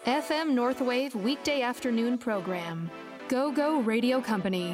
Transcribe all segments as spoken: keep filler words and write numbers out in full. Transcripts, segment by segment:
エフエム Northwave Weekday Afternoon Program Go Go Radio Company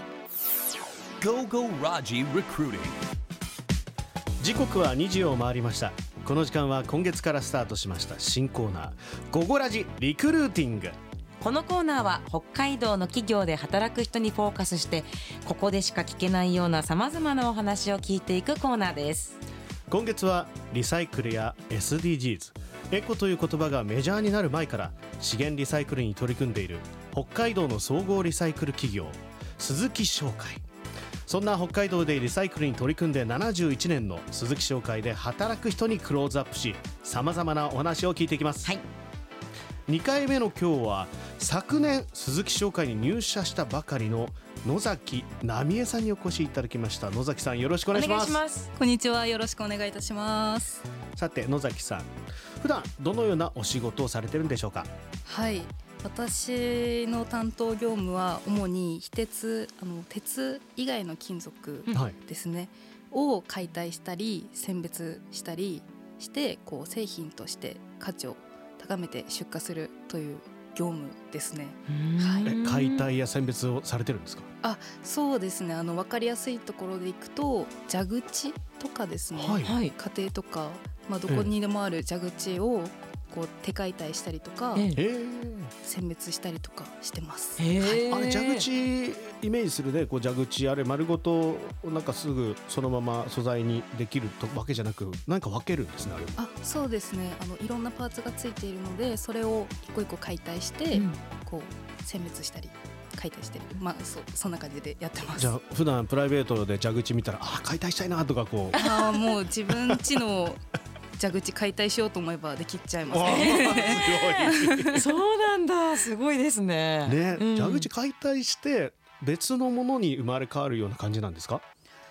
Go Go Raji Recruiting。 時刻はにじを回りました。この時間は今月からスタートしました新コーナーゴゴラジリクルーティング。 このコーナーは北海道の企業で働く人にフォーカスして、ここでしか聞けないようなさまざまなお話を聞いていくコーナーです。 今月はリサイクルや エスディージーズ、 エコという言葉がメジャーになる前から資源リサイクルに取り組んでいる北海道の総合リサイクル企業鈴木商会。そんな北海道でリサイクルに取り組んでななじゅういちねんの鈴木商会で働く人にクローズアップし、さまざまなお話を聞いていきます。 はい、 にかいめの今日は昨年鈴木商会に入社したばかりの野崎奈美恵さんにお越しいただきました。野崎さん、よろしくお願いします。 お願いします。 こんにちは、よろしくお願いいたします。 さて野崎さん、普段どのようなお仕事をされてるんでしょうか？ はい、私の担当業務は主に非鉄、あの鉄以外の金属ですね、はい、を解体したり選別したりしてこう製品として価値を高めて出荷するという業務ですね。 はい、解体や選別をされてるんですか？ あ、そうですね。あの分かりやすいところでいくと蛇口とかですね、 はい、 家庭とか、まあ、どこにでもある蛇口をこう手解体したりとか、 えー、 選別したりとかしてます。 へー、 はい、あれ蛇口イメージするね、こう蛇口あれ丸ごとなんかすぐそのまま素材にできるわけじゃなく、なんか分けるんですね、あれは。 あ、そうですね。あのいろんなパーツがついているので、それを一個一個解体して、うん、こう選別したり解体してる、まあ、そ, そんな感じでやってます。 じゃあ普段プライベートで蛇口見たら、あ、解体したいなとかこうあ、もう自分家の蛇口解体しようと思えばできちゃいますね。 すごいそうなんだ、すごいですね。 ね、 うん、 蛇口解体して別のものに生まれ変わるような感じなんですか？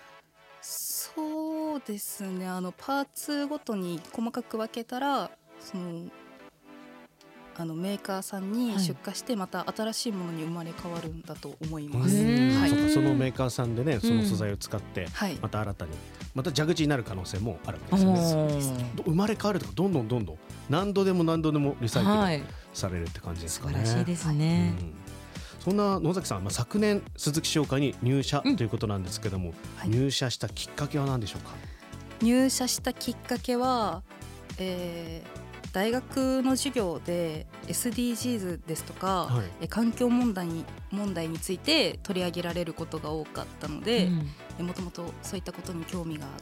そうですね。あのパーツごとに細かく分けたら、そのあのメーカーさんに出荷してまた新しいものに生まれ変わるんだと思います。 はい、 そ, そのメーカーさんでね、その素材を使ってまた新たにまた蛇口になる可能性もあるわけですよね。そうですね。生まれ変わるとか、どんどんどんどん何度でも何度でもリサイクルされるって感じですかね。 はい、素晴らしいですね。 うん、そんな野崎さん、まあ、昨年鈴木商会に入社ということなんですけども、うん、はい、入社したきっかけは何でしょうか？ 入社したきっかけは、えー大学の授業で エスディージーズ ですとか、はい、環境問題に、問題について取り上げられることが多かったので、もともとそういったことに興味があって、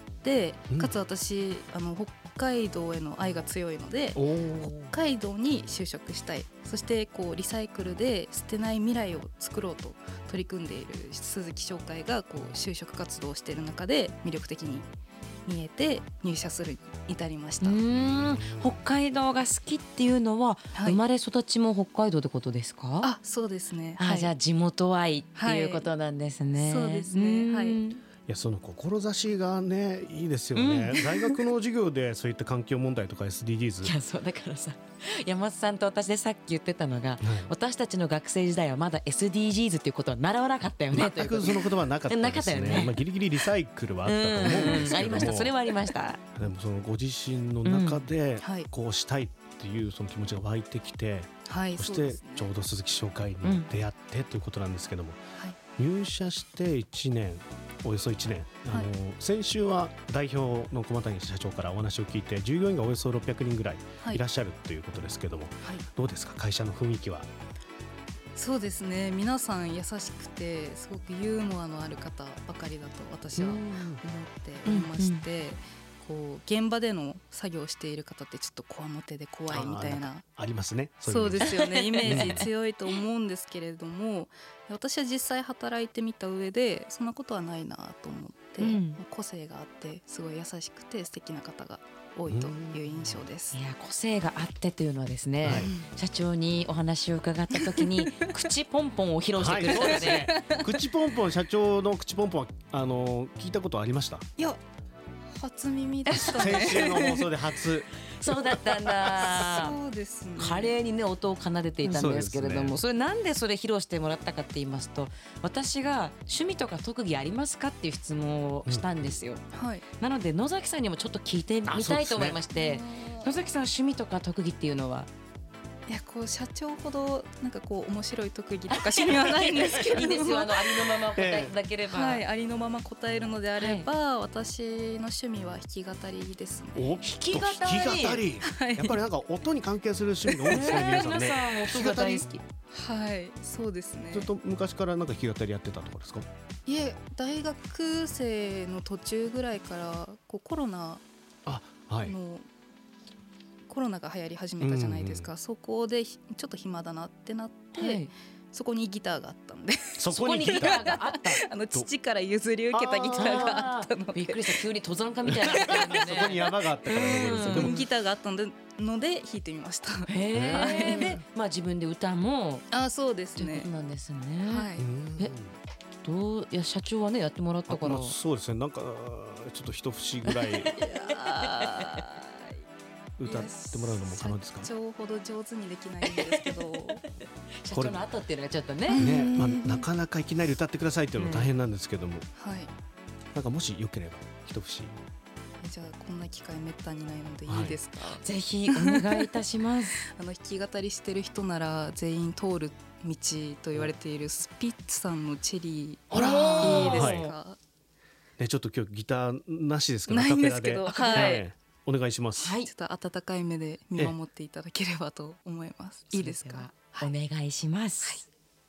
うん、かつ私あの北海道への愛が強いので、北海道に就職したい、そしてこうリサイクルで捨てない未来を作ろうと取り組んでいる鈴木商会がこう就職活動をしている中で魅力的に見えて入社するに至りました。 うーん、北海道が好きっていうのは、はい、生まれ育ちも北海道ってことですか？ あ、そうですね。 あ、はい、じゃあ地元愛っていうことなんですね。 はい、そうですね。はい。 いや、その志がね、いいですよね、うん、大学の授業でそういった環境問題とか エスディージーズいや、そうだからさ、山本さんと私でさっき言ってたのが、はい、私たちの学生時代はまだ エスディージーズ っていうことは習わなかったよね。 全くその言葉はなかったですね。 なかったよね。 まあ、ギリギリリサイクルはあったと思うんですけども、うん、 ありました、それはありました。 でもそのご自身の中でこうしたいっていうその気持ちが湧いてきて、 はい、 そしてちょうど鈴木商会に出会ってということなんですけども、はい、入社していちねん、およそいちねん、あの、はい、先週は代表の駒谷社長からお話を聞いて、従業員がおよそろっぴゃくにんぐらいいらっしゃるということですけども、はい、どうですか、会社の雰囲気は？ そうですね、皆さん優しくてすごくユーモアのある方ばかりだと私は思っておりまして、うんうん、こう現場での作業をしている方ってちょっとこわもてで怖いみたいなあ, ありますね。 そう、そうですよね、イメージ強いと思うんですけれども私は実際働いてみた上でそんなことはないなと思って、うん、個性があってすごい優しくて素敵な方が多いという印象です。 いや、個性があってというのはですね、はい、社長にお話を伺った時に口ポンポンを披露してくれたので、 はい、口ポンポン、社長の口ポンポンはあの聞いたことありました？ いや、初耳でしたね。 先週の放送で初そうだったんだ。 そうですね。 華麗にね音を奏でていたんですけれども、 そ, ね、それなんでそれ披露してもらったかって言いますと、私が趣味とか特技ありますかっていう質問をしたんですよ、うん、はい、なので野崎さんにもちょっと聞いてみたいと思いまして、ね、野崎さん趣味とか特技っていうのは？ いやこう社長ほどなんかこう面白い特技とか趣味はないんですけどいいですよ、あのありのまま答えていただければ、 はい、ありのまま答えるのであれば、はい、私の趣味は弾き語りですね。 お、弾き語り、弾き語り、はい、やっぱりなんか音に関係する趣味が多いですね、皆さんね。 皆さん音が大好き。 はい、そうですね。 ずっと昔からなんか弾き語りやってたとかですか？ いえ、大学生の途中ぐらいからこうコロナあ、はい、 のコロナが流行り始めたじゃないですか、うんうん、そこでちょっと暇だなってなって、はい、そこにギターがあったんでそこにギターがあったあの父から譲り受けたギターがあったので、 びっくりした、急に登山家みたいな、ね、 そこに山があったからね、 うん、ギターがあったのでので弾いてみました。 へー、で、まあ、自分で歌もあ、そうですね、 ということなんですね。 はい、 えどう、いや社長はねやってもらったから、 まあ、そうですね、なんかちょっっと一節ぐらい歌ってもらうのも可能ですか？ 社長ほど上手にできないんですけど社長の後っていうのがちょっとね、 ね、まあ、なかなかいきなり歌ってくださいっていうのも大変なんですけども、 うん、はい、 なんかもしよければ一節。 じゃあこんな機会めったにないのでいいですか？はい、 ぜひお願いいたしますあの弾き語りしてる人なら全員通る道と言われているスピッツさんのチェリー、いいですか？はい、 ね、ちょっと今日ギターなしですからないんですけど、 アカペラで、はい、お願いします。 はい、ちょっと温かい目で見守っていただければと思います。いいですか？ お願いします。はい、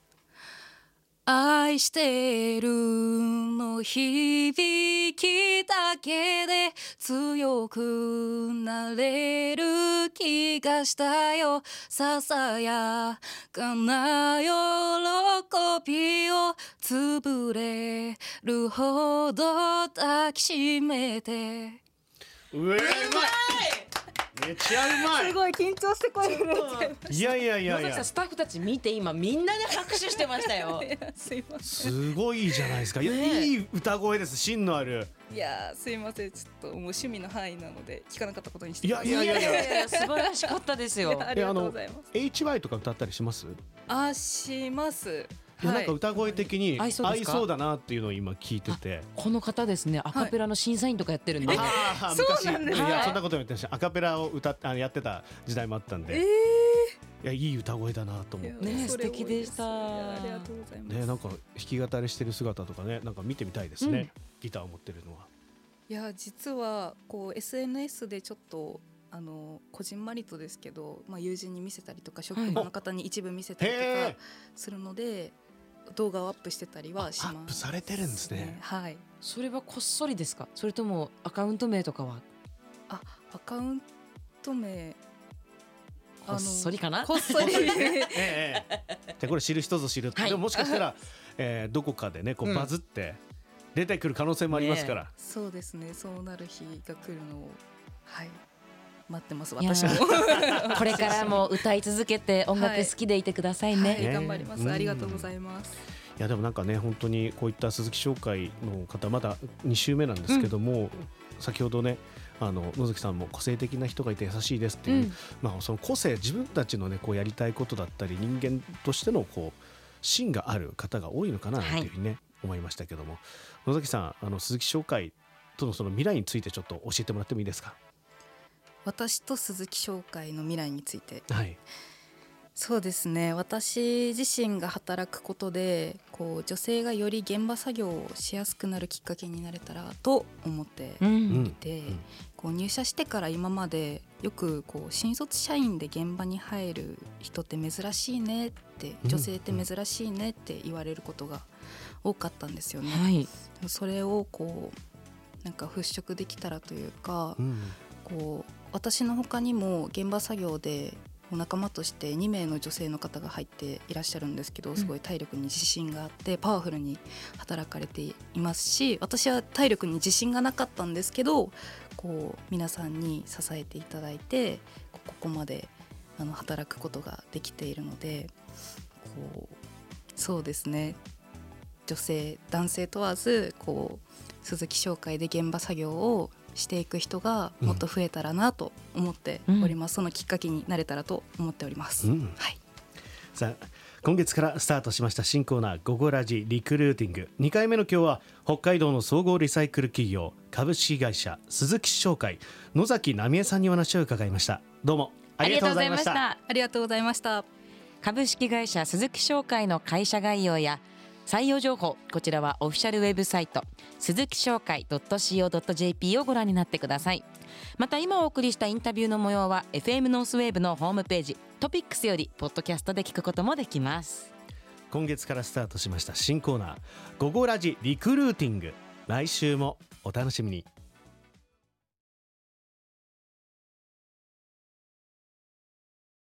愛してるの響きだけで強くなれる気がしたよ。ささやかな喜びを潰れるほど抱きしめて。 うえー、うまい、めっちゃうまい。 すごい緊張して声震えちゃいました。 いやいやいやいや、 スタッフたち見て今みんなで拍手してましたよすいません、 すごいじゃないですか。いや、ね、いい歌声です。芯のある。 いやすいません、ちょっともう趣味の範囲なので聞かなかったことにして。 いやいやいやいやいや素晴らしかったですよ。 ありがとうございます。 エイチワイ とか歌ったりします？ あ、します。 いや、なんか歌声的に合いそうそうだなっていうのを今聞いてて、 この方ですね、アカペラの審査員とかやってるんで、 はい、あ昔そうなんです、ね、いやそんなことも言ってました。アカペラを歌っあやってた時代もあったんで、えー、いやいい歌声だなと思ってね、素敵でした。 ありがとうございます。 ね、なんか弾き語りしてる姿とかね、なんか見てみたいですね、うん、ギターを持ってるのは。 いや実はこう エスエヌエス でちょっとあのこじんまりとですけど、まあ、友人に見せたりとか職場の方に一部見せたりとかするので、動画をアップしてたりはします。 アップされてるんですね。 はい。 それはこっそりですか？それともアカウント名とかは？ あ、アカウント名こっそりかな？ こっそりええ、じゃこれ知る人ぞ知る、はい、でももしかしたら、えー、どこかでねこうバズって出てくる可能性もありますから、うんね、 そうですね、そうなる日が来るのを、はい、待ってます。私もこれからも歌い続けて音楽好きでいてくださいね。 はいはい、頑張ります。ありがとうございます。 いやでもなんかね、本当にこういった鈴木商会の方まだに週目なんですけども、うん、先ほどねあの野月さんも個性的な人がいて優しいですっていう、うん、まあその個性、自分たちのねこうやりたいことだったり人間としてのこう芯がある方が多いのかなというふうにね、はい、思いましたけども、野崎さん、あの鈴木商会とのその未来についてちょっと教えてもらってもいいですか？ 私と鈴木商会の未来について、 はい、 そうですね、私自身が働くことでこう女性がより現場作業をしやすくなるきっかけになれたらと思っていて、うんうん、こう入社してから今までよくこう新卒社員で現場に入る人って珍しいねって、女性って珍しいねって言われることが多かったんですよね、はい、それをこうなんか払拭できたらというか、うん、こう私の他にも現場作業で仲間としてにめいの女性の方が入っていらっしゃるんですけど、すごい体力に自信があってパワフルに働かれていますし、私は体力に自信がなかったんですけど、こう皆さんに支えていただいてここまであの働くことができているので、こうそうですね、女性男性問わずこう鈴木商会で現場作業をしていく人がもっと増えたらなと思っております、うん、そのきっかけになれたらと思っております、うんはい、 さあ今月からスタートしました新コーナーゴゴラジリクルーティング、にかいめの今日は北海道の総合リサイクル企業株式会社鈴木商会野崎奈美恵さんにお話を伺いました。どうもありがとうございました。 ありがとうございました。 株式会社鈴木商会の会社概要や採用情報、こちらはオフィシャルウェブサイト鈴木商会 ドットシーオー ドット ジェーピー をご覧になってください。また今お送りしたインタビューの模様は エフエム ノースウェーブのホームページトピックスよりポッドキャストで聞くこともできます。 今月からスタートしました新コーナー、午後ラジリクルーティング、来週もお楽しみに。